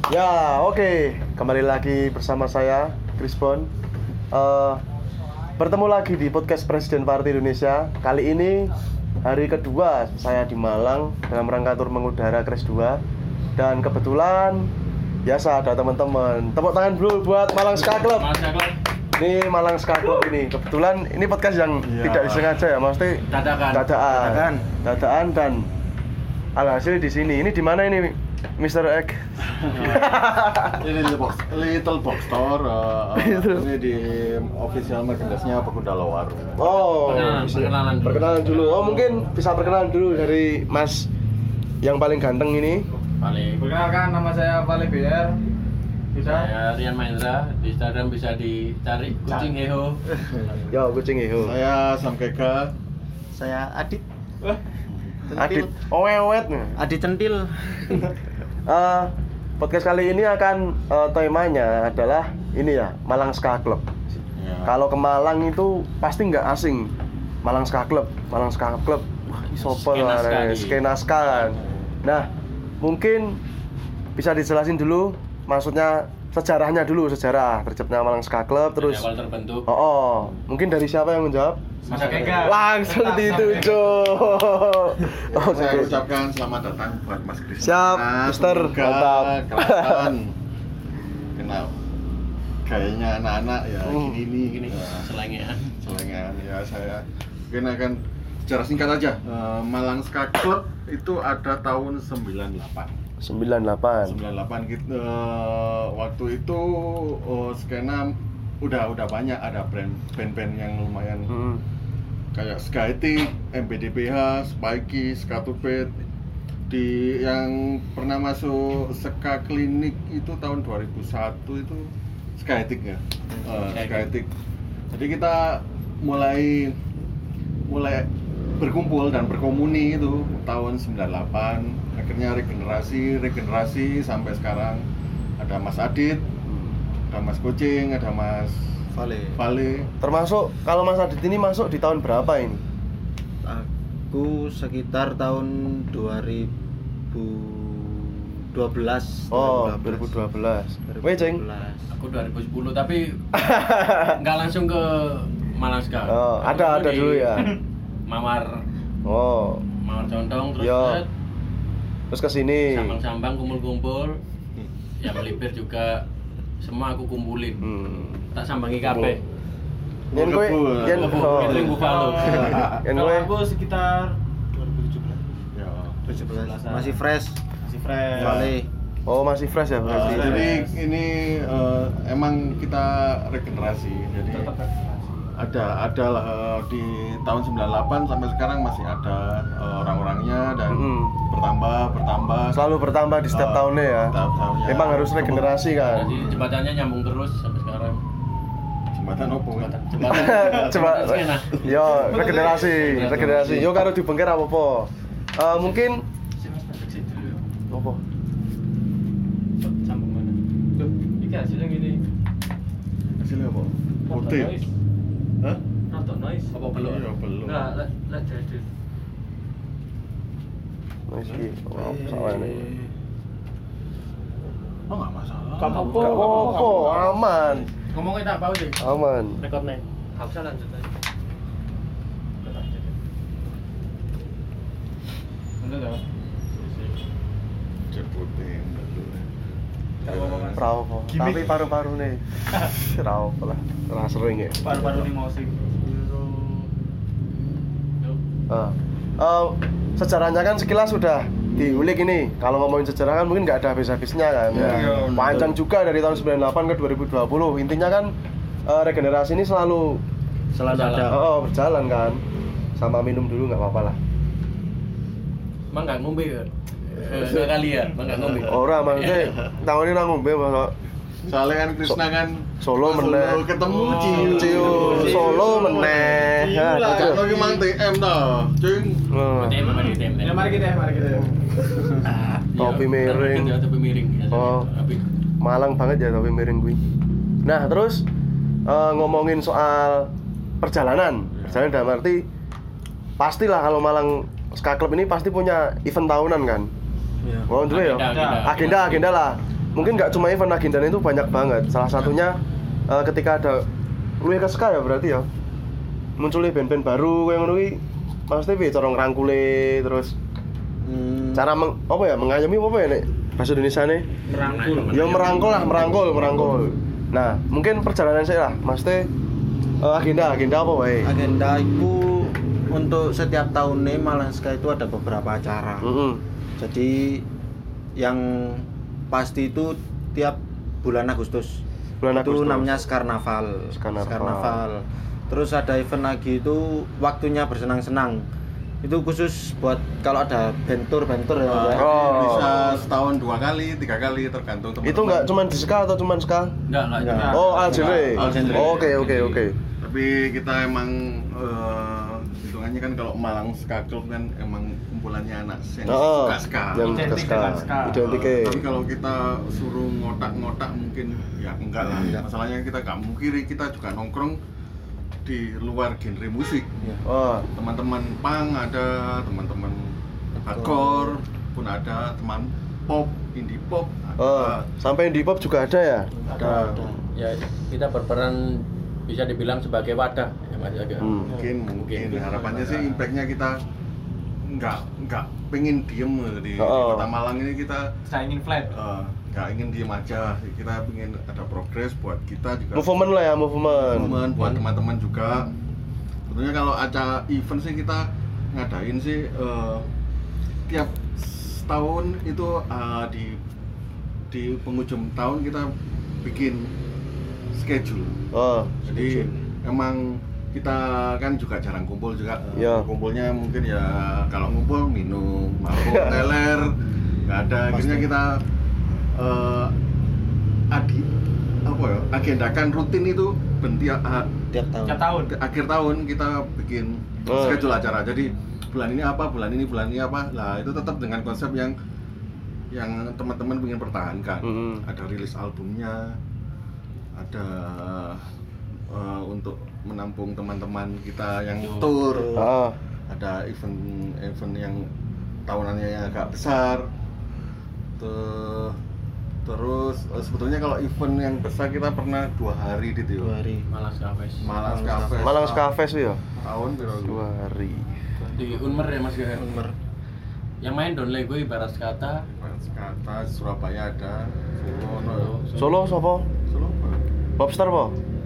Ya, oke. Kembali lagi bersama saya, Chris Bon. Bertemu lagi di podcast Presiden Partai Indonesia. Kali ini hari kedua saya di Malang dalam rangka tur mengudara Kres 2. Dan kebetulan biasa ada teman-teman. Tepuk tangan dulu buat Malang Ska Club. Ini Malang Ska Club ini. Kebetulan ini podcast yang tidak disengaja ya, maksudnya dadakan dan alhasil di sini. Ini di mana ini? Mr. Egg. Ini Little Box Store. Ini di official merchandise-nya Pekunda Lawar. Oh, Perkenalan dulu. Oh, mungkin bisa perkenalan dulu dari Mas yang paling ganteng ini. Perkenalkan, nama saya Vale BR. Bisa? Saya Rian Mahendra, di Instagram bisa dicari Kucing Heho. Yo, Kucing Heho. Saya Samkeka. Saya Adit. Adit owet. Adit Centil. Podcast kali ini akan temanya adalah ini ya, Malang Ska Club. Ya. Kalau ke Malang itu pasti nggak asing. Malang Ska Club. Wah, ini sopo lah, skena ska kan. Nah, mungkin bisa dijelasin dulu, maksudnya sejarah terciptanya Malang Ska Club, terus awal terbentuk. Mungkin dari siapa yang menjawab? Mas Keka. Langsung dituju. Saya ucapkan selamat datang buat Mas Kris. Siap, Mister. Mantap. Kelihatan kenal gayanya anak-anak ya gini. Selengean. Selengean ya saya. Mungkin akan secara singkat aja. Malang Ska Club itu ada tahun 98 gitu. Waktu itu skena udah banyak, ada band-band yang lumayan kayak Skytik, MBDPH, Spikey, Skatupet. Di yang pernah masuk Ska Klinik itu tahun 2001 itu Skytik ya. Skytik. Jadi kita mulai berkumpul dan berkomuni itu tahun 98. Akhirnya regenerasi sampai sekarang. Ada Mas Adit, ada Mas Kucing, ada Mas Vale. Termasuk kalau Mas Adit ini masuk di tahun berapa ini? Aku sekitar tahun 2012. Oh, 2012. Weh, Ceng. Aku 2010 tapi nggak langsung ke Malang Ska. Oh, Aku ada di dulu ya. Mawar Condong Yo. Terus ke sini. Sambang-sambang kumpul-kumpul. Yang melipir juga semua aku kumpulin. Tak sambangi kabeh. Yen kowe Catering Buffalo. Yen Kalau kowe aku sekitar 2017. Ya. 17. Masih fresh. Vale. Oh, masih fresh ya berarti. Jadi ini emang kita regenerasi. Jadi ada lah di tahun 98 sampai sekarang masih ada orang-orangnya dan bertambah. Selalu bertambah di setiap tahunnya ya. Setiap tahunnya. Emang harus regenerasi kan. Jadi jembatannya nyambung terus sampai sekarang. Jembatan opo kan? Coba skena. yo regenerasi. Yo karo dibengker apa-apa. Mungkin apa? Sambung mana? Loh, ini hasilnya gini. Hasilnya apa? Putih. Hah? Nonton noise. Apa belum? Iya, belum. Enggak, let jadi. Wis iki. Oh, sawane. Oh, enggak masalah. Gak apa-apa. Gak apa-apa, aman. Ngomongnya tak apa sih? Aman. Rekod nih. Gak usah lanjut aja. Bener gak? Ceputin dulu. Rawo. Tapi paru-paru nih. Rawo lah. Ora sering ya. Paru-paru nih musik. Sejarahnya kan sekilas sudah diulik ini. Kalau ngomongin sejarah kan mungkin nggak ada habis-habisnya kan. Iya, Panjang juga dari tahun 98 ke 2020. Intinya kan regenerasi ini selalu ada. Berjalan kan. Sama minum dulu nggak apa-apa lah. Emang nggak ngombe ya? Sekali ya, emang nggak ngombe. Ora maksudnya tahun ini ngombe masa Soalnya kan Krisna kan Solo meneh. ketemu Ciu Solo meneh. Lah, kalau ki mang TM toh, Cing. Ya Mari kita. Topi miring. Topi miring. Oh. Malang banget ya topi miring gue. Nah, terus ngomongin soal perjalanan dalam arti pastilah kalau Malang Ska Club ini pasti punya event tahunan kan. Iya. Oh, dulu ya. Agenda lah. mungkin nggak cuma event agenda itu banyak banget. Salah satunya ketika ada luwih keska ya berarti ya. Munculnya band-band baru yang ngono maksudnya piye cara ngrangkule terus cara mengayomi apa ya nek bahasa Indonesiane? Merangkul. Ya merangkul. Nah, mungkin perjalanan saya lah, maksudnya agenda apa wae? Agenda itu untuk setiap tahunnya Malanska itu ada beberapa acara. Jadi yang pasti itu tiap bulan Agustus. Itu namanya Skarnaval. Terus ada event lagi itu waktunya bersenang-senang. Itu khusus buat kalau ada bentur ya. Bisa setahun 2 kali, 3 kali tergantung teman-teman. Itu nggak cuma di ska atau cuma ska? Enggak. Oh, all genre. Oke. Tapi kita emang hitungannya kan kalau Malang Ska Club kan emang kumpulannya anak yang suka ska. Yang suka ska. Identik. Tapi kalau kita suruh ngotak-ngotak mungkin ya enggak lah. Masalahnya kita nggak mungkiri, kita juga nongkrong di luar genre musik. Teman-teman punk ada, teman-teman hardcore pun ada, teman pop, indie pop ada. Sampai indie pop juga ada ya? Ada. Ya, kita berperan bisa dibilang sebagai wadah ya Mas Aga. Mungkin harapannya sih impact-nya kita nggak pengen diem di Kota Malang ini, kita Saya ingin flat. nggak ingin diem aja, kita pengen ada progres buat kita juga, Movement lah ya, movement buat teman-teman juga. Sebetulnya kalau acara event sih kita ngadain sih tiap tahun itu di penghujung tahun kita bikin schedule. Jadi emang kita kan juga jarang kumpul juga. Kumpulnya mungkin ya kalau ngumpul minum, mabuk, teler, nggak ada. Akhirnya kita agendakan rutin itu tiap tahun. Akhir tahun kita bikin schedule acara. Jadi bulan ini apa, bulan ini apa. Nah, itu tetap dengan konsep yang teman-teman ingin pertahankan. Ada rilis albumnya, ada untuk menampung teman-teman kita yang tour. Ada event yang tahunannya yang agak besar. Terus sebetulnya kalau event yang besar kita pernah 2 hari gitu ya. 2 hari. Malang Ska Fest ya. Tahun 2 hari. Di Unmer ya Mas Gaher. Yang main Don Lego ibarat kata. Surabaya ada. Solo siapa? Solo. Popstar apa?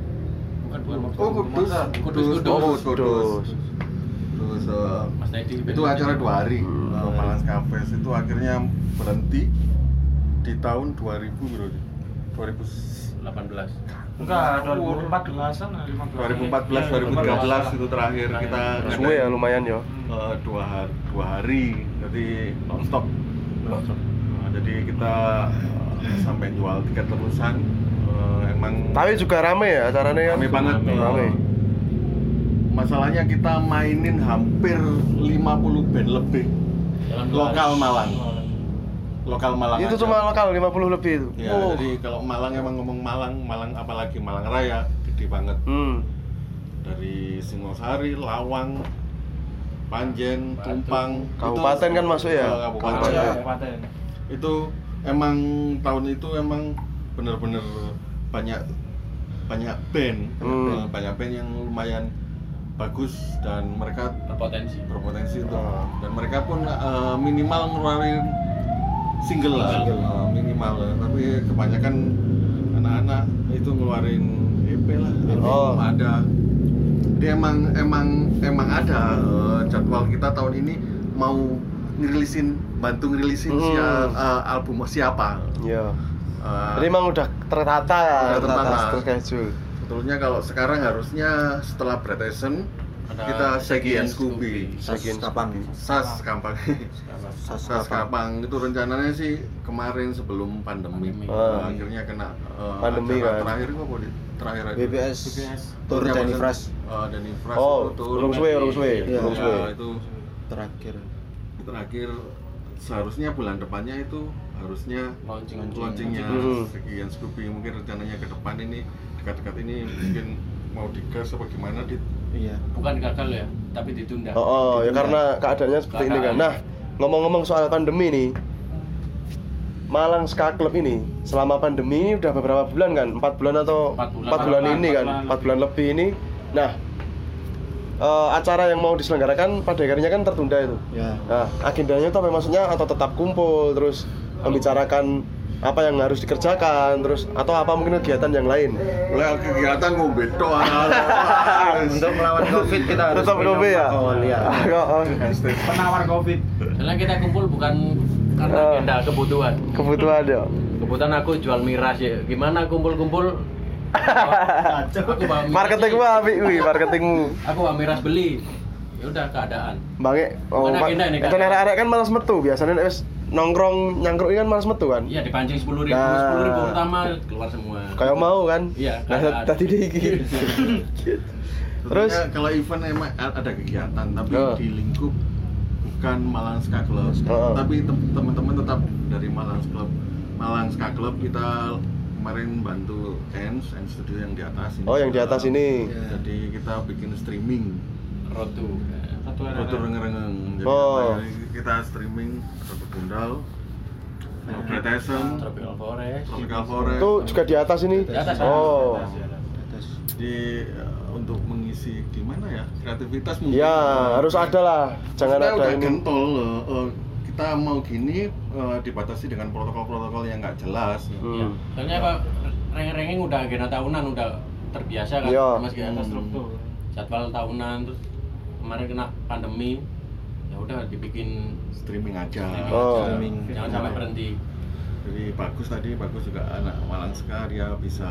Kudus. Terus Mas Teddy itu acara 2 hari. Malang Ska Fest itu akhirnya berhenti di tahun 2018. Enggak, 2014-an, 2013 itu terakhir kita Suwe ya lumayan ya. 2 hari, jadi non-stop. Jadi kita sampai jual tiket terusan. Emang Tapi juga rame ya acaranya kan? rame banget. Rame. Masalahnya kita mainin hampir 50 band lebih lokal Malang. Itu cuma lokal 50 lebih itu. Ya, jadi kalau Malang emang ngomong Malang apalagi Malang Raya gede banget. Dari Singosari, Lawang, Panjen, Tumpang, Kabupaten itu, kan masuk ya? Kabupaten. Itu emang tahun itu emang bener-bener banyak band, banyak band yang lumayan bagus dan mereka berpotensi itu. Dan mereka pun minimal ngeluarin single lah, minimal lah. Tapi kebanyakan anak-anak itu ngeluarin EP lah, ada. Jadi emang ada jadwal kita tahun ini mau bantu ngerilisin album siapa. Iya. Jadi emang udah tertata, terschedule. Sebetulnya kalau sekarang harusnya setelah Bretesan kita Segi and Scooby, Sas Kampang itu rencananya sih kemarin sebelum pandemi. Akhirnya kena pandemi kan. Terakhir apa terakhir aja? BBS Tour Danifras. Danifras Urung suwe. Itu terakhir seharusnya bulan depannya itu harusnya launchingnya Segi and Scooby. Mungkin rencananya ke depan ini dekat-dekat ini mungkin mau digas apa gimana Iya. Bukan gagal ya, tapi ditunda. Ya karena keadaannya seperti ini kan. Nah, ngomong-ngomong soal pandemi nih, Malang Ska Club ini selama pandemi ini udah beberapa bulan kan? 4 bulan atau 4 bulan ini kan? 4 bulan lebih ini. Nah, acara yang mau diselenggarakan pada akhirnya kan tertunda itu. Ya. Nah, agendanya itu apa maksudnya? Atau tetap kumpul terus membicarakan apa yang harus dikerjakan terus atau apa mungkin kegiatan yang lain? Oleh kegiatan ngombe tok. Untuk melawan Covid kita harus tetap minum ngombe ya. alkohol, ya. Penawar Covid. Soalnya kita kumpul bukan karena agenda kebutuhan. Kebutuhan ya. Kebutuhan aku jual miras ya. Gimana kumpul-kumpul? Aku bawa miras. Marketingmu apik kuwi, marketingmu. Aku bawa miras beli. Ya udah keadaan. Bange, Bukan agenda ini, itu kan? arek-arek kan malas metu biasanya nek wis nongkrong nyangkruk ini kan malas metu kan. Iya dipancing 10.000, Nah. 10.000 pertama keluar semua. Kayak mau kan? Iya, Nah, keadaan. tadi dia iki. Terus Terus kalau event emang ada kegiatan tapi Oh. di lingkup bukan Malang Ska Club, Oh. tapi teman-teman tetap dari Malang Ska Club kita kemarin bantu Ens Studio yang di atas ini. Oh, yang di atas ini. Jadi kita bikin streaming Rotu. Rotu rengeng-rengeng. Jadi Oh. kita streaming Rotu Gundal, Pretesan, Tropical Forest. Tropical Forest. Itu juga di atas ini. Di atas. Oh. Atas. Di untuk mengisi gimana ya kreativitas mungkin. Ya, harus ada lah. Jangan Maksudnya ada udah ini. gentol loh. Kita mau gini dibatasi dengan protokol-protokol yang nggak jelas. Iya. Soalnya apa? Rengeng-rengeng udah agenda tahunan udah terbiasa kan. Iya. Mas kita struktur. Jadwal tahunan terus kemarin kena pandemi. Ya udah dibikin Streaming aja. Oh. Streaming. Jangan sampai berhenti. Jadi bagus juga anak Malang Ska dia bisa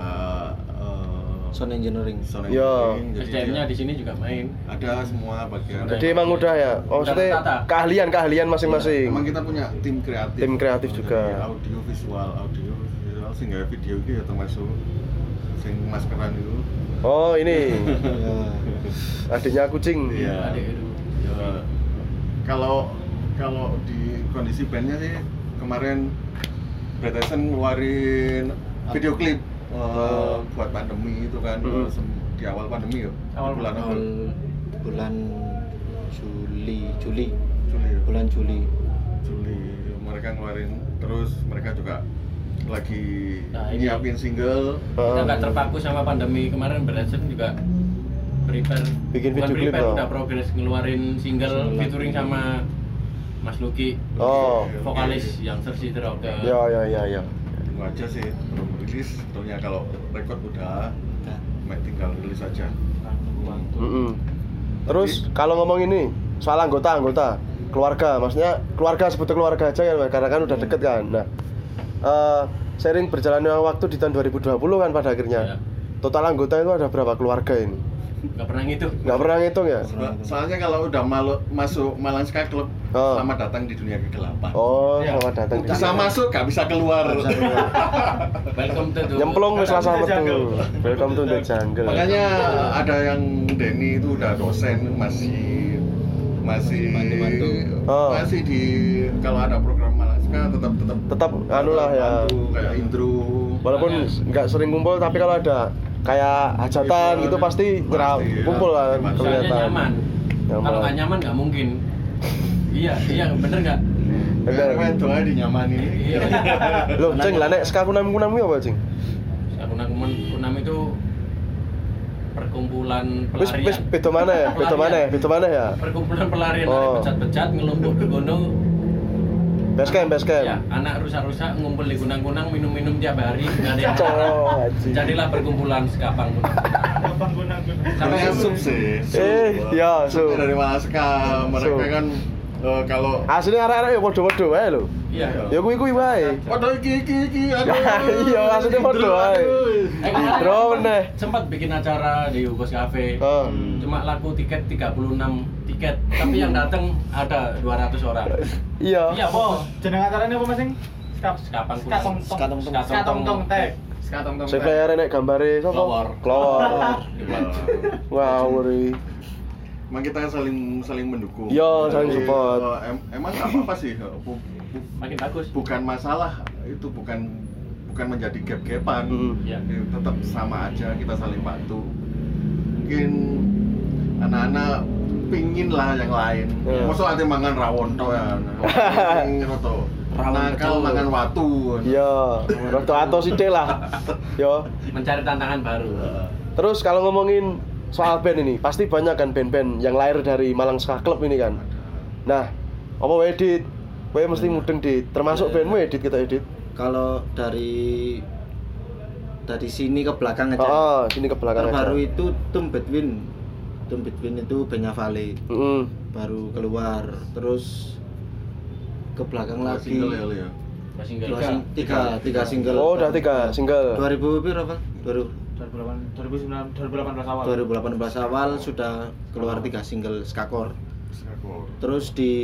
Sound engineering. sound Iya. engineering, jadi SDM-nya dia di sini juga main. ada semua bagian. Jadi emang udah ya. Oh, maksudnya Tata. keahlian masing-masing. Emang kita punya tim kreatif. Tim kreatif juga. Jadi audio visual sehingga video itu ya termasuk sing maskeran itu. Oh, ini. Ya. Adiknya kucing. Iya. Adik itu. Kalau di kondisi bandnya sih kemarin Pretesan ngeluarin video klip buat pandemi itu kan di awal pandemi ya. Awal Bulan apa? bulan Juli Juli. bulan Juli. Mereka ngeluarin terus mereka juga lagi Nah, ini. nyiapin single. Kita nggak terpaku sama pandemi kemarin. Berhasil juga prepare. Bikin bukan video klip prepare, loh. udah progres ngeluarin single featuring sama Mas Luki. Oh. Vokalis yang Sersi Rock. Ya. Tunggu aja sih belum rilis. Tentunya kalau record udah tinggal rilis aja. Terus kalau ngomong ini soal anggota keluarga, maksudnya keluarga sebutnya keluarga aja ya, karena kan udah deket kan. Nah, seiring berjalannya waktu di tahun 2020 kan pada akhirnya Ya. total anggota itu ada berapa keluarga ini? Nggak pernah ngitung. Nggak pernah ngitung ya? Soalnya kalau udah masuk Malang Ska Club, Oh. selamat datang di dunia kegelapan. Oh, Ya. selamat datang di Bisa sini. masuk, gak bisa keluar. Welcome to the Nyemplung wis rasa metu. Jungle. Welcome to the jungle. Makanya ada yang Denny itu udah dosen masih Bantu-bantu. Oh. masih di kalau ada program Malang Ska tetap anu lah ya. bantu, kayak intro. Walaupun nggak sering kumpul tapi kalau ada kayak hajatan gitu pasti Pasti, ya. kumpul lah Soalnya Soalnya kelihatan. nyaman. Kalau nggak nyaman nggak mungkin. Iya bener nggak? Bener. Main doa dinyamani. Iya. Loh, Cing, lah nek ska kunam iki apa, Cing? Kunam itu perkumpulan Wis pelarian. beda mana ya? Beda mana ya? Perkumpulan pelarian Oh. becat-becat ngelumpuk di gunung. Base camp. Ya, anak rusak-rusak ngumpul di kunang-kunang minum-minum tiap hari. Nggak ada yang Cok, anjing. Jadilah perkumpulan Skapang kunang-kunang. Abang guna-guna. Sampai sub sih. Ya, sub. Dari Malang Ska mereka Sub. kan kalau Asline arek-arek ya padha-padha wae lho. Iya. Ya kuwi wae. waduh iki aduh. Iya, maksudnya padha wae. Kemarin Bro, meneh. sempat bikin acara di Hugos Cafe. Oh. Cuma laku tiket 36 tiket, tapi yang datang ada 200 orang. Iya. Iya, Oh, jeneng acaranya apa masing? Skapang Skatong-tong. Skatong-tong teh. Skatong-tong Sing teh. flyer nek gambare sapa? Kelawar. Kelawar. Ngawur iki. Emang kita saling mendukung. Iya, saling Jadi, support. Emang nggak apa-apa sih. Makin bagus. Bukan masalah itu bukan menjadi gap-gapan. Iya. Ya, tetap sama aja kita saling bantu. Mungkin anak-anak pingin lah yang lain. Iya. Masa ate mangan rawon tok ya. Pingin to. nakal makan watu. Iya, rada ato sithik lah. Yo. Mencari tantangan baru. Terus kalau ngomongin soal band ini, pasti banyak kan band-band yang lahir dari Malang Ska Club ini kan. Nah, apa wae Dit? Kowe mesti mudeng Dit. Termasuk bandmu Edit kita Edit. Kalau dari sini ke belakang aja. Oh, sini ke belakang terbaru aja. itu Tomb Between itu bandnya Vale. Baru keluar. Terus ke belakang lagi. Single ya. Tiga single. Oh, udah 3 single. 2000 berapa? 2018 awal. 2018 awal sudah keluar 3 single skakor. Skakor. Terus di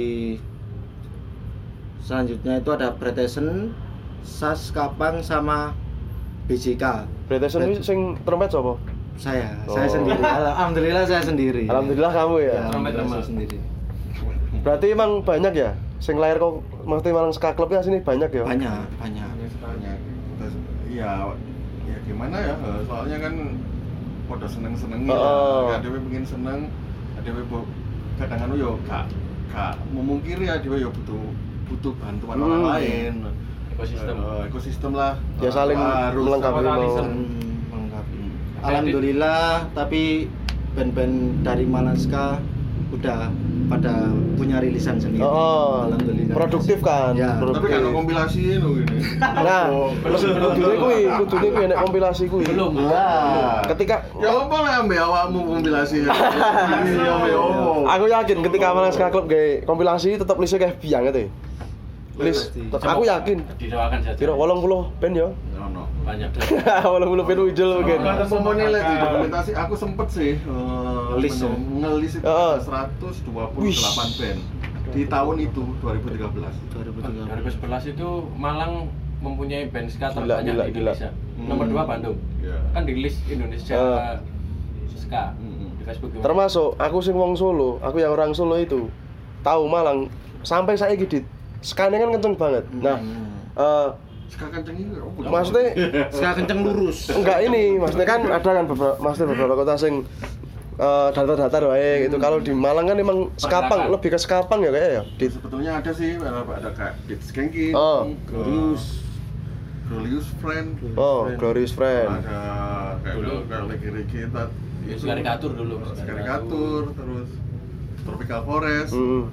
selanjutnya itu ada Pretension, Sas Kapang sama BJK. Pretension ini sing trompet sapa? Saya Oh. sendiri. Alhamdulillah saya sendiri. Alhamdulillah kamu ya. Alhamdulillah Trompet saya sendiri. Berarti emang banyak ya? Sing lahir kok mesti Malang Ska Club ya sini banyak ya? Banyak. Banyak. Terus, ya gimana ya? Soalnya kan pada seneng-senengnya. Ada yang pengen seneng, ada yang kadang-kadang yo gak memungkiri ada yang butuh bantuan orang lain. Ekosistem lah. Ya saling harus melengkapi mau. Melengkapi. Alhamdulillah, tapi band-band dari Malang Ska udah pada punya rilisan sendiri. Alhamdulillah. Produktif kan? Ya. Produktif. Tapi kan kompilasi lo gini. Nah, kudune kuwi enek kompilasi kuwi. Belum. Ketika Ya apa lah ambil awakmu kompilasi. Iya ambil opo. aku yakin ketika Malang Ska Club gawe kompilasi tetep lise kayak biang gitu. List, aku yakin. Didoakan saja. Kira 80 band ya. Ono. Banyak. 80 band idol mungkin. Ada pomone lek di dokumentasi aku sempet sih Ngelis ya? ngelis itu ada 128 band di tahun itu 2013. 2011 itu Malang mempunyai band ska Gila, terbanyak gila, di gila. Indonesia. Nomor 2 Bandung. Iya. Kan di list Indonesia ska di Facebook. Termasuk aku sing wong Solo, aku yang orang Solo itu tahu Malang sampai saiki Dit. Skane kan kenceng banget. Nah, Sekarang kenceng ini opo? maksudnya Ska kenceng lurus. enggak ini, maksudnya kan ada kan beberapa kota sing datar-datar wae gitu. Kalau di Malang kan emang skapang, lebih ke skapang ya kayak ya. Dit. Sebetulnya ada sih, ada kayak Dit Skanking, Glorious Friend. Oh, Glorious Friend. Ada kayak lagi-lagi kita Karikatur dulu. karikatur, terus Tropical Forest.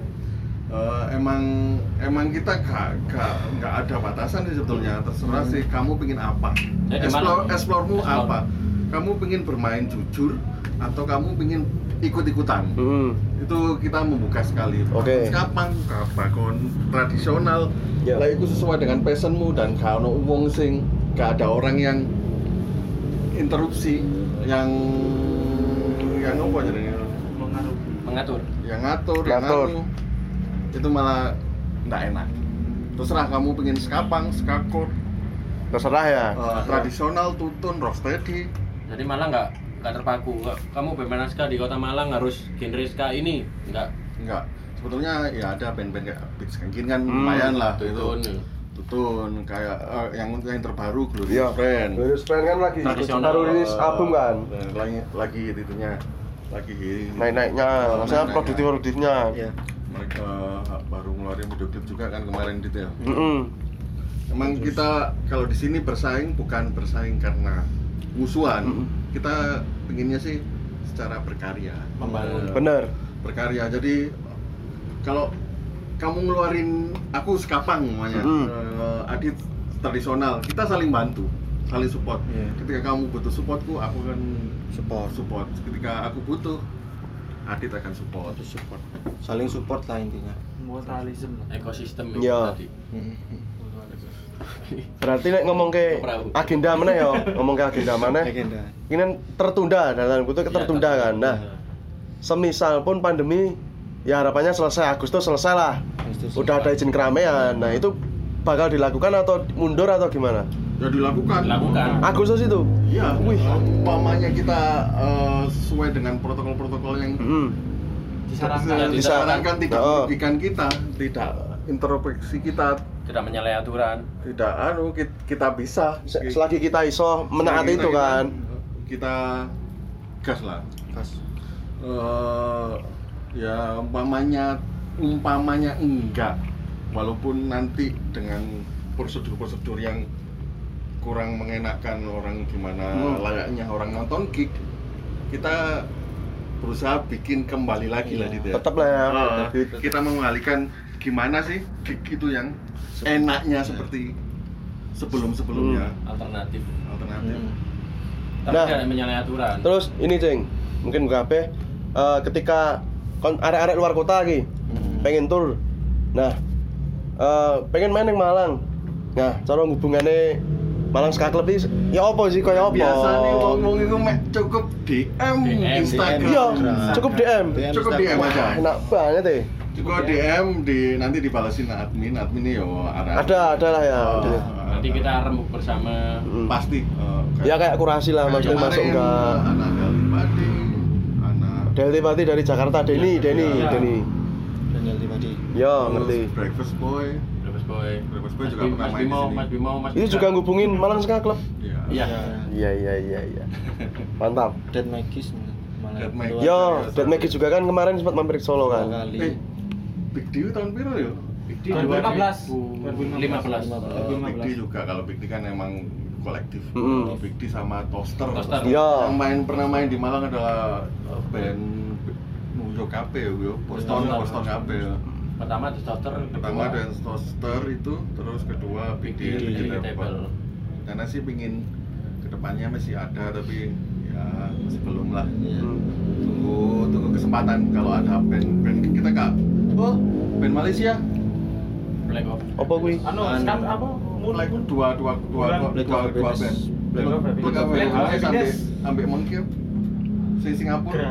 Emang kita nggak ada batasan sih sebetulnya, terserah sih kamu pingin apa, explore-mu apa, kamu pingin bermain jujur atau kamu pingin ikut-ikutan. Itu kita membuka sekali. Kapan bakon tradisional, lah itu sesuai dengan passionmu dan kalau wong sing gak ada orang yang interupsi, yang apa jadinya? Mengatur. Yang ngatur. Itu malah nggak enak. Terserah kamu pengen skapang, skakor, Terserah ya. tradisional, tutun, rocksteady. Jadi Malang nggak terpaku. Kamu band ska di kota Malang harus genre ska ini, nggak. Sebetulnya ya ada band-band kayak Beat Skanking kan lumayan lah tutun kayak yang terbaru Glorious Friend. Glorious Friend kan lagi Tradisional. baru rilis album kan. Lagi itunya lagi Naik-naiknya, maksudnya produktifnya. Iya. Mereka baru ngeluarin video klip juga kan kemarin gitu ya. Emang kita kalau di sini bersaing bukan bersaing karena musuhan. Kita pengennya sih secara berkarya. Membangun. Bener. Berkarya. Jadi kalau kamu ngeluarin aku skapang namanya, Adit tradisional, kita saling bantu, saling support. Ketika kamu butuh supportku, aku akan support. Ketika aku butuh, Adit akan support. Saling support lah intinya. Mutualism. Ekosistem Iya. tadi. Berarti nek ngomong ke agenda mana ya? Ngomong ke agenda mana? Legenda. Ini kan tertunda, dalam kutip tertunda kan. Nah, semisal pun pandemi ya harapannya selesai Agustus selesai lah. Udah ada izin keramaian. Nah, itu bakal dilakukan atau mundur atau gimana? Ya dilakukan. Agustus itu. Iya. Umpamanya kita sesuai dengan protokol-protokol yang disarankan tidak merugikan kita, tidak interupsi kita, tidak menyalahi aturan. tidak kita bisa Selagi kita iso menaati itu kan. Kita gas lah. Gas. Ya umpamanya enggak walaupun nanti dengan prosedur-prosedur yang kurang mengenakan orang gimana layaknya orang nonton gig, kita berusaha bikin kembali lagi lah gitu ya. Tetap lah ya. Kita mengalihkan gimana sih gig itu yang enaknya seperti sebelum-sebelumnya. Alternatif. Nah, Tapi tidak menyalahi aturan. Terus ini ceng, mungkin buka HP. Ketika arek-arek luar kota lagi pengen tur, nah pengen main yang Malang. Nah, cara hubungannya Malang Ska Club ini ya apa sih kaya apa? Biasanya ngomong itu cukup DM Instagram. Iya, cukup DM. Cukup DM aja. Enak banget deh. Cukup DM nanti dibalesin admin yo Ada lah ya. Nanti kita rembuk bersama. Pasti. Ya kayak kurasi lah, maksudnya masuk enggak. Anak Deltipati, anak Deltipati dari Jakarta, Denny. Daniel Tipadi. Ya, ngerti. Breakfast Boy Breakfast Boy juga pernah main di sini. Mas Bimo, Mas Itu juga ngubungin Malang Ska Club. Iya. Iya. Mantap. Dead Magis malah. Dead Magis. Yo, Dead Magis juga kan kemarin sempat mampir ke Solo kan. Big D tahun piro ya? Big D 2015. 2015. Big D juga, kalau Big D kan emang kolektif. Big D sama Toaster. Iya. Yang pernah main di Malang adalah band Nuyo Cafe ya, Boston Cafe. Pertama The Toaster, Pertama dan Toaster itu, terus kedua Big D Table. Karena sih pingin kedepannya masih ada, tapi ya masih belum lah. Tunggu kesempatan kalau ada band kita kak. Oh, band Malaysia. Black Ops. Apa kuwi? Sekarang apa? Mulai dua band. Black Ops sampai Mengkip. Singapura.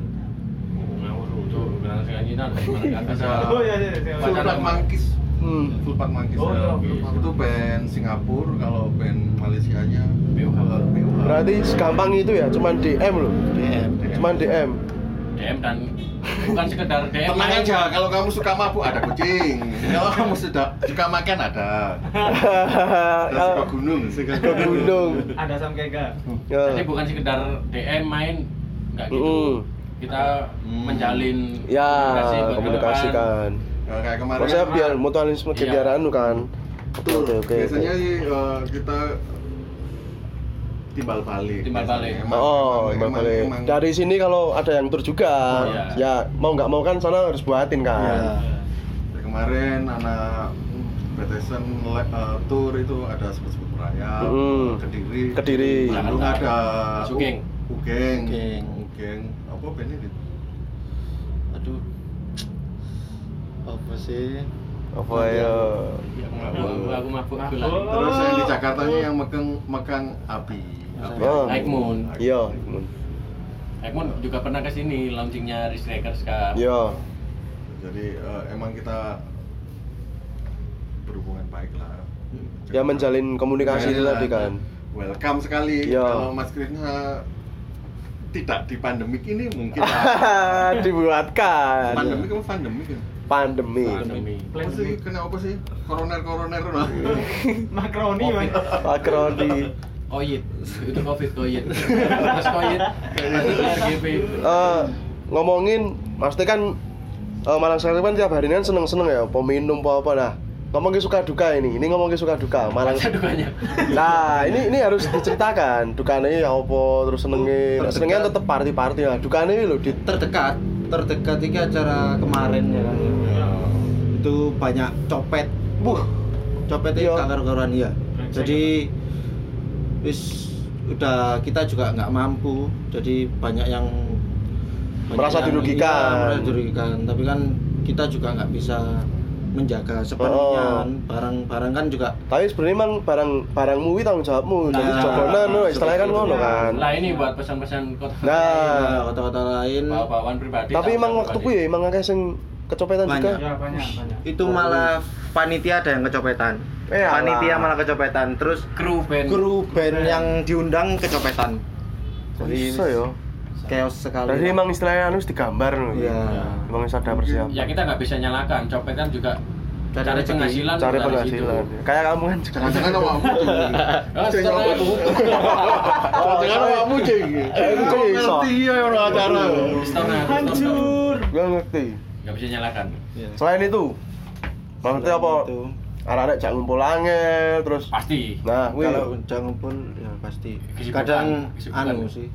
Oh iya. Fullback Monkeys. Fullback Monkeys. Oh, iya. Itu band Singapura, kalau band Malaysianya BOH. Berarti segampang itu ya, cuman DM loh. Cuman DM. DM dan bukan sekedar DM. Tenang aja, kalau kamu suka mabuk ada kucing. Kalau kamu suka makan ada. Suka gunung. Ada samkega. Jadi bukan sekedar DM main, enggak gitu. Kita menjalin komunikasi kan. Nah, kayak kemarin Maksudnya biar mutualisme kegiatan kan. Oke. Biasanya sih kita timbal balik. Timbal balik. Timbal balik. Dari sini kalau ada yang tur juga, ya mau nggak mau kan sana harus buatin kan. Kayak kemarin anak Betesan tour itu ada sebut-sebut Raya, Kediri. Bandung ada Ugeng. Apa bandnya itu? Aduh. Apa sih? Apa ya? Aku mabuk lah. Terus yang di Jakartanya yang megang api. Aikmun. Iya, Aikmun juga pernah ke sini launchingnya Risk Records Cup. Iya. Jadi emang kita berhubungan baik lah. Ya menjalin komunikasi itu tadi kan. Welcome sekali. Kalau Mas Krisna tidak di pandemik ini mungkin dibuatkan. Pandemik apa pandemik ya? Pandemi. Apa sih? Kena apa sih? Koroner lah. Makroni. Koyit. Itu Covid koyit. Terus koyit. RGP. Ngomongin, pasti kan Malang Ska Club kan tiap hari kan seneng-seneng ya, peminum apa lah. Ngomongin suka duka ini ngomongin suka duka Malang. Dukanya. Nah, ini harus diceritakan. Dukanya ya apa, terus senengnya tetep party lah. Dukanya ini loh terdekat iki acara kemarin ya kan. Itu banyak copet. Copet itu karuan ya. Jadi udah kita juga nggak mampu. Jadi banyak yang merasa dirugikan. Tapi kan kita juga nggak bisa menjaga sepenuhnya barang kan juga. Tapi sebenarnya emang barangmu itu tanggung jawabmu. Jadi jodonan istilahnya kan ngono kan. Lah ini buat pesan-pesan kota. Kota-kota lain. Bawaan pribadi. Tapi emang waktu ku ya emang akeh sing kecopetan juga. Ya banyak. Itu malah panitia ada yang kecopetan. Panitia malah kecopetan. Terus kru band yang diundang kecopetan. Jadi bisa ya. Chaos sekali. Jadi emang istilahnya harus digambar loh. Iya. Emang harus ada persiapan. Ya kita nggak bisa nyalakan, copet kan juga cari penghasilan. Kayak kamu kan. Jangan awakmu. Jangan awakmu cing. Ngerti ya orang acara. Hancur. Gak ngerti. Nggak bisa nyalakan. Selain itu, Maksudnya apa? Itu. Arek-arek jak ngumpul angel terus. Pasti. Nah, kuwi Kalau jangan pun ya pasti. Kesibukan, Kadang kesibukan. sih.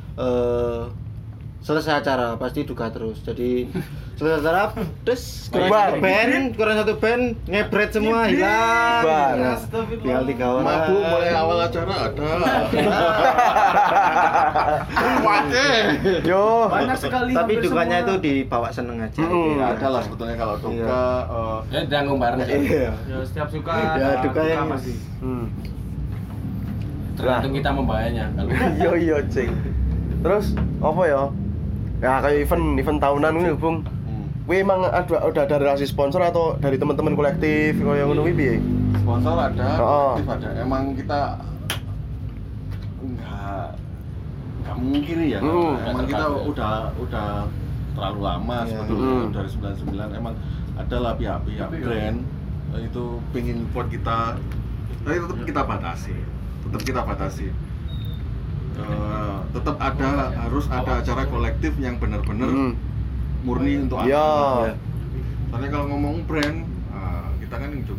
Selesai acara pasti duka terus. Jadi selesai acara terus kurang satu band ngebret semua hilang. Bar. Nah, tinggal 3 orang. Mabuk mulai awal acara ada. Kuatnya. Yo. Banyak sekali. Tapi hampir dukanya semua. itu dibawa seneng aja. Ya ada lah sebetulnya kalau duka Ya tanggung bareng sih. Iya. Ya setiap suka Ya, duka yang- pasti. Tergantung kita membawanya. Kalau Yo cing. Terus apa ya? Ya kayak event tahunan ini Bung. Kuwi emang udah ada relasi sponsor atau dari teman-teman kolektif kaya ngono kuwi piye? sponsor ada, Oh. kolektif ada. Emang kita nggak mungkin ya. Emang kita udah terlalu lama sebetulnya dari 99. Emang adalah pihak-pihak brand itu pengen buat kita, tapi tetap kita batasi. Tetap harus ada acara kolektif yang benar-benar murni untuk anak. Ya. Soalnya kalau ngomong brand, kita kan juga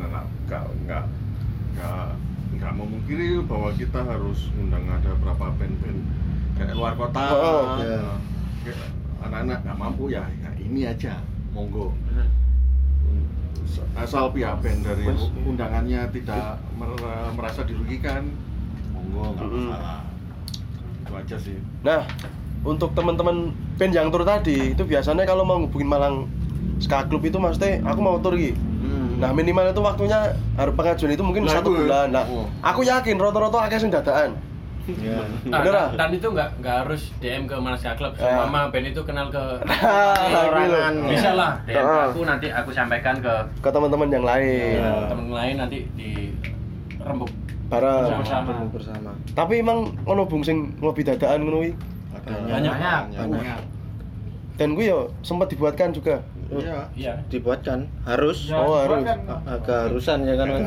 nggak memungkiri bahwa kita harus undang ada berapa band-band kayak luar kota. Kayak anak-anak nggak mampu ya ini aja, monggo. Asal pihak band dari undangannya tidak merasa dirugikan, monggo nggak masalah. Itu aja sih. Nah, untuk teman-teman band yang tur tadi itu biasanya kalau mau ngubungin Malang Ska Club itu maksudnya aku mau tur iki. Nah, minimal itu waktunya harus pengajuan itu mungkin 1 bulan. Nah, aku yakin rata-rata akeh sing dadakan. Iya. dan itu nggak harus DM ke Malang Ska Club. Sama band itu kenal ke Orangan. bisa lah DM ke aku, nanti aku sampaikan ke teman-teman yang lain. teman lain, nanti di rembuk Bareng. Bersama. Tapi emang ono Bung sing ngopi dadakan ngono kuwi. banyak. Dan gue yo sempat dibuatkan juga. Iya. Dibuatkan harus. Ya, Oh, harus. kan. Agak harusan ya kan.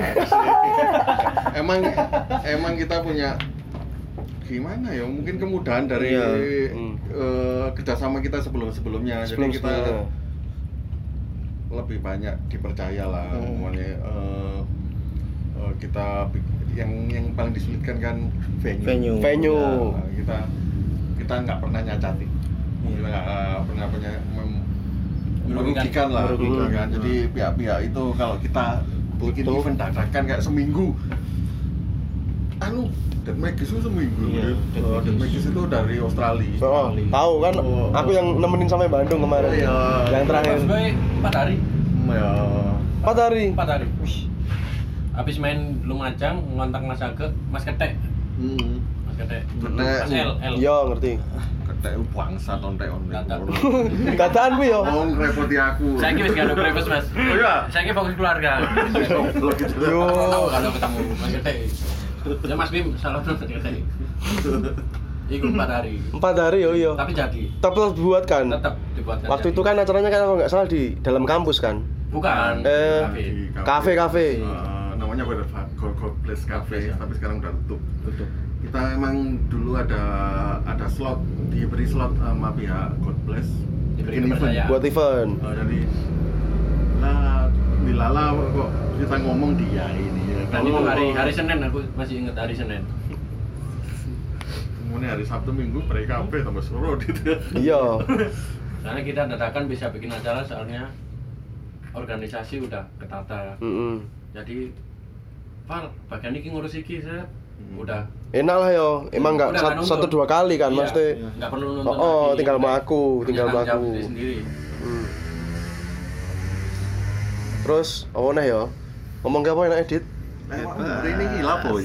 emang kita punya gimana ya, mungkin kemudahan dari kerjasama kita sebelumnya. Jadi kita lebih banyak dipercaya lah. Semuanya kita yang paling disulitkan kan venue. Ya, kita nggak pernah nyacati, kita nggak pernah punya merugikan lah. Kan. Jadi pihak-pihak itu kalau kita bikin event dadakan kayak seminggu, Dead Magis itu seminggu. Dead Magis itu dari Australia. Tahu kan? Aku yang nemenin sampai Bandung kemarin. Yang terakhir. 4 hari. Ya. 4 hari. 4 hari. Habis main Lumajang, ngontak Mas Age, Mas Ketek. Mas Ketek. Mas L. Iya, ngerti. Ketek bangsa tontek on. Dadakan kuwi yo. Mau ngerepoti aku. Saya kira gak ada breakfast, Mas. Oh iya. Saya fokus keluarga. Yo. Kalau ketemu Mas Ketek. Ya Mas Bim, salam Mas Ketek. Iku 4 hari. 4 hari yo iya. Tapi jadi. Tetap dibuatkan. Tetap dibuatkan. Waktu jadi. itu kan acaranya kan kalau nggak salah di dalam kampus kan. Bukan. Kafe. Namanya God Bless Cafe, tapi sekarang udah tutup. Kita emang dulu ada slot, diberi slot sama pihak God Bless, Diberi bikin kepercayaan. Buat event. Jadi dilala kok kita ngomong dia ini ya. Dan itu hari Senin, aku masih ingat hari Senin. Kemudian hari Sabtu Minggu mereka kafe tambah suruh gitu. Iya. Karena kita dadakan bisa bikin acara soalnya organisasi udah ketata. Jadi bagian ini ngurus iki saya udah Enak lah yo. Emang nggak Udah, 1-2 kali kan iya, mesti. nggak perlu nonton Tinggal mlaku. sendiri. Terus apa nih yo? Ngomong ke apa enak edit? Hari ini gila boy.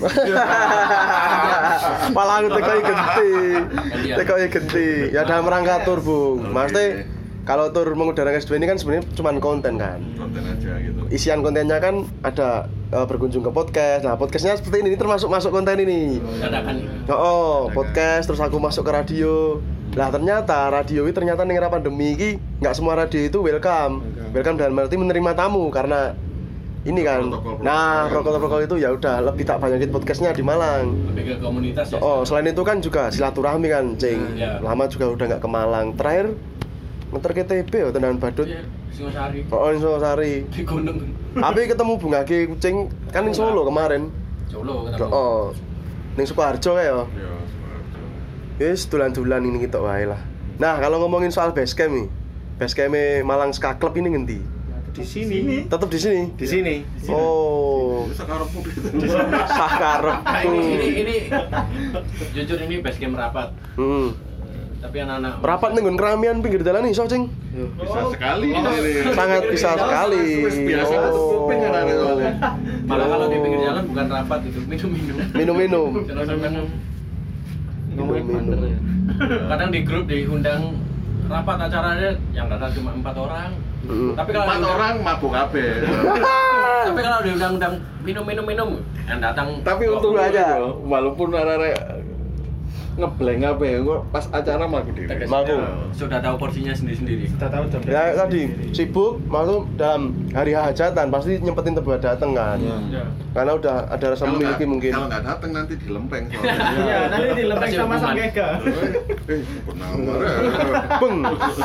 Malah aku tekoki genti. Ya dalam rangka tur, Bung. Maksudnya kalau tur mengudara Kes2 ini kan sebenarnya cuma konten kan. Konten aja gitu. Isian kontennya kan ada berkunjung ke podcast. Nah, podcastnya seperti ini termasuk masuk konten ini. Dadakan. Podcast terus aku masuk ke radio. Lah ternyata radio ini ternyata ning era pandemi ini nggak semua radio itu welcome. Welcome dalam arti menerima tamu karena ini kan. Nah, protokol itu ya udah lebih tak banyakin podcastnya di Malang. Lebih ke komunitas ya. Selain itu kan juga silaturahmi kan, Cing. Iya. Lama juga udah nggak ke Malang. Terakhir ngeterke TB ya tendangan badut. Iya, Singosari. Oh, ning Singosari. Di gunung. Tapi ketemu Bunga Ki Kucing kan ning Solo kemarin. Solo ketemu. Oh. Ning Sukoharjo kae ya. Ya, Sukoharjo. Wis dolan-dolan ini kita wae lah. Nah, kalau ngomongin soal basecamp nih. Basecamp Malang Ska Club ini ngendi? Di sini. Tetap di sini. Di sini. Oh, Sakarepmu gitu. sakarep. Nah, ini jujur ini base game rapat. Tapi anak-anak Rapat ning nggon keramian pinggir dalan iso, Cing. Bisa sekali ini. Sangat bisa sekali. Wis biasa tutup kuping kan ada soalnya. Malah kalau di pinggir jalan bukan rapat itu, minum-minum. Minum-minum. Minum-minum. Minum-minum. Kadang di grup diundang rapat acaranya yang datang cuma 4 orang. Tapi kalau 4 orang mabuk kabeh. Tapi kalau diundang-undang minum, yang datang. Tapi untung Dulu aja, aja. walaupun arek ngeblank apa ya, kok pas acara mlaku dhewe. Mlaku. Sudah tahu porsinya sendiri-sendiri. Sudah tahu jam. Ya tadi sibuk, maksud dalam hari hajatan pasti nyempetin buat dateng kan. Iya. Karena udah ada rasa Kalau memiliki nggak- mungkin. Kalau nggak datang nanti dilempeng soalnya. Iya, nanti dilempeng Kasih sama hukuman. Sang Kega. Pernah nomor. Beng.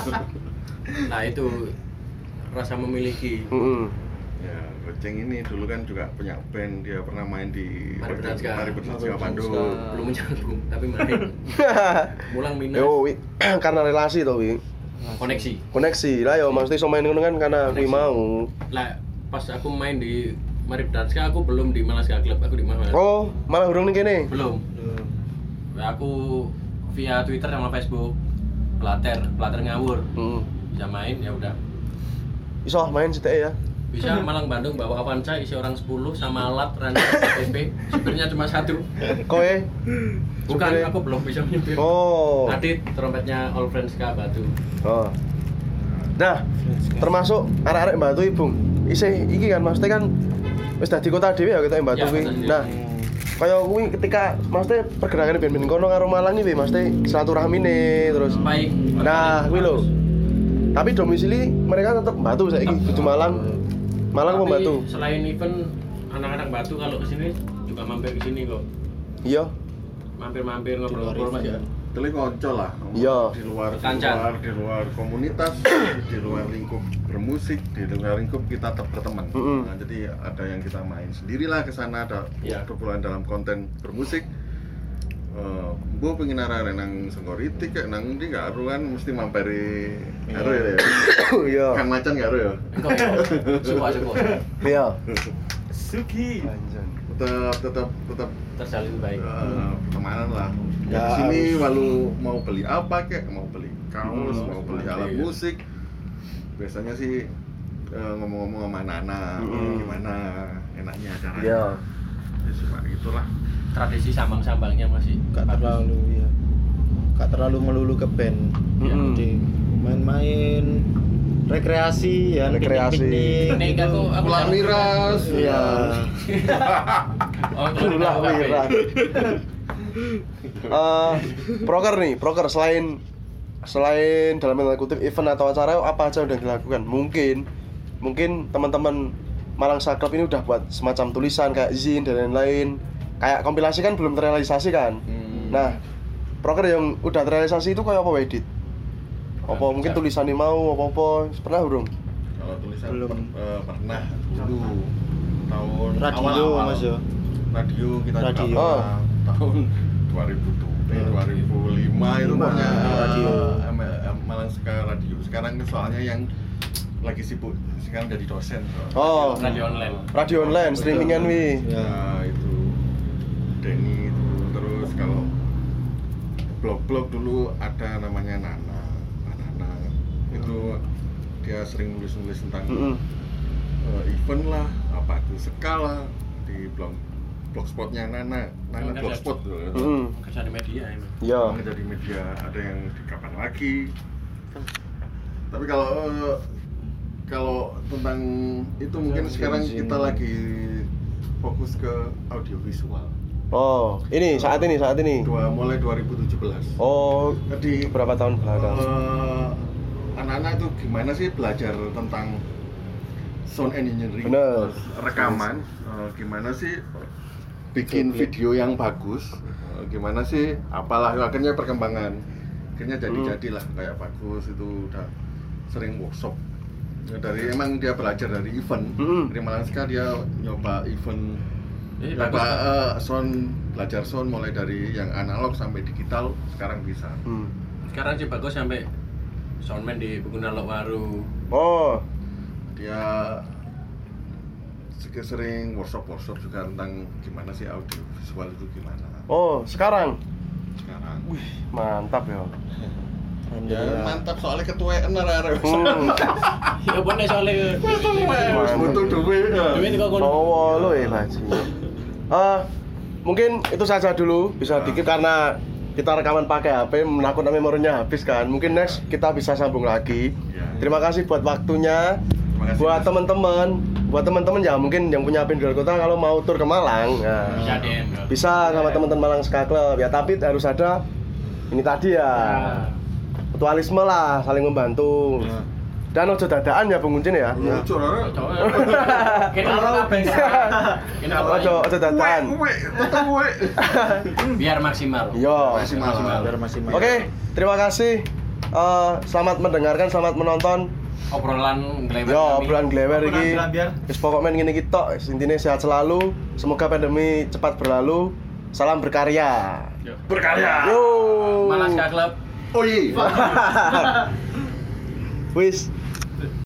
Nah itu rasa memiliki. Ya, Goceng ini dulu kan juga punya band, dia pernah main di Mari Berdanska. Mari Berdanska Bandung. Belum menyambung, tapi main. Mulang minus. Yo, wi, karena relasi to wi. Koneksi. Koneksi lah yo, maksudnya iso main ngono kan karena wi mau. Lah pas aku main di Mari Berdanska aku belum di Malang Ska Club, aku di mana? Oh, malah urung ning kene. Belum. Nah, aku via Twitter sama Facebook Plater ngawur. Bisa main ya udah. Iso main sithik ya. Bisa Malang Bandung bawa Avanza isi orang 10 sama alat running STP. Supirnya cuma 1. Kowe? Bukan, Supirnya? aku belum bisa nyupir. Oh. Adit trompetnya All Friends Ska Batu. Oh. Nah, termasuk arek-arek Batu Ibu. Isih iki kan maksudnya kan wis dadi kota dhewe ya kita Batu Ya, kuwi. kota sendiri. Nah, kaya kuwi ketika maksudnya pergerakan ben-ben kono karo Malang iki maksudnya silaturahmine terus. Baik. Nah, kuwi lho. Tapi domisili mereka tetap Batu saiki, kudu Malang. Malang apa Tapi Batu? Selain event anak-anak Batu kalau kesini juga mampir ke sini kok. Iya. Mampir-mampir ngobrol-ngobrol Mas ya. Telik konco lah. Iya. Di luar Kancan. di luar komunitas, di luar lingkup bermusik, di luar lingkup kita tetap berteman. Nah, jadi ada yang kita main sendirilah ke sana, ada Iya. kebetulan dalam konten bermusik. Bu pengen arek nang Senggoriti kayak nang ndi gak aru kan mesti mampiri aru ya. Iya. Kang Macan gak aru ya. Engkau ya. Suka. Iya. Sugi. Tetap Terjalin baik. pertemanan lah. Ya, Ya, di sini harus. walau mau beli apa kek, mau beli kaos, mau beli iya. alat musik. Biasanya sih ngomong-ngomong sama anak-anak, gimana enaknya acaranya. Iya. Ya cuma gitulah. Tradisi sambang-sambangnya masih Gak bagus. terlalu ya. Gak terlalu melulu ke band. Ya, jadi main-main rekreasi ya, Rekreasi. Piknik aku Pulang miras. Iya. Oh, Gula miras. Proker selain dalam tanda kutip event atau acara apa aja udah dilakukan? Mungkin teman-teman Malang Ska Club ini udah buat semacam tulisan kayak zin dan lain-lain. Kayak kompilasi kan belum terrealisasi kan. Nah, proker yang udah terrealisasi itu kayak apa Edit? Apa mungkin tulisannya mau apa-apa? Pernah belum? Kalau tulisan Belum. pernah dulu tahun Radio, awal-awal. Mas ya. Radio kita Radio. juga pernah tahun 2005 itu punya Radio. Malang Ska Radio. Sekarang soalnya yang lagi sibuk sekarang jadi dosen. Oh, Radio online. radio online, streamingan wi. Ya. Nah, itu Denny itu. Terus kalau blog-blog dulu ada namanya Nana. Itu dia sering nulis-nulis tentang event lah, apa itu skala di blogspotnya Nana blogspot tuh. Kerja di media emang. Ya. Jadi media ada yang di kapan lagi. Tapi kalau tentang itu mungkin sekarang kita lagi fokus ke audiovisual. Oh, saat ini. Mulai 2017. Oh, Jadi beberapa tahun belakang. anak-anak itu gimana sih belajar tentang sound engineering, Bener. terus rekaman, gimana sih bikin video yang bagus, gimana sih apalah akhirnya perkembangan, akhirnya jadi-jadilah kayak bagus itu udah sering workshop. Dari emang dia belajar dari event. Dari Malanska dia nyoba event, sound, belajar sound mulai dari yang analog sampai digital, sekarang bisa. Sekarang sih bagus sampai soundman di Beguna Lokwaru. Oh, dia sering workshop juga tentang gimana sih audio visual itu gimana. Oh, sekarang. Wih, mantap ya. Ya, mantap soalnya ketuaan arek. Ya bener soalnya butuh duit. duit kok kono. Oh, lo ya, mungkin itu saja dulu, bisa dikit karena kita rekaman pakai HP, menakutkan memorinya habis kan. Mungkin next kita bisa sambung lagi. Terima kasih buat waktunya. Buat teman-teman ya mungkin yang punya HP di luar kota kalau mau tur ke Malang, ya, bisa sama teman-teman Malang Ska Club ya, tapi harus ada ini tadi ya, mutualisme lah, saling membantu. Dan ojo dadaan ya Bung Uncin ya. Ojo dadaan. Biar maksimal. Yo, biar maksimal. Oke, terima kasih. Selamat mendengarkan, selamat menonton. Obrolan glewer. Yo, obrolan glewer iki. Wis pokoknya ngene iki tok. Intine sehat selalu. Semoga pandemi cepat berlalu. Salam berkarya. Berkarya. Yo. Malang Ska Club. Oh iya. Wis.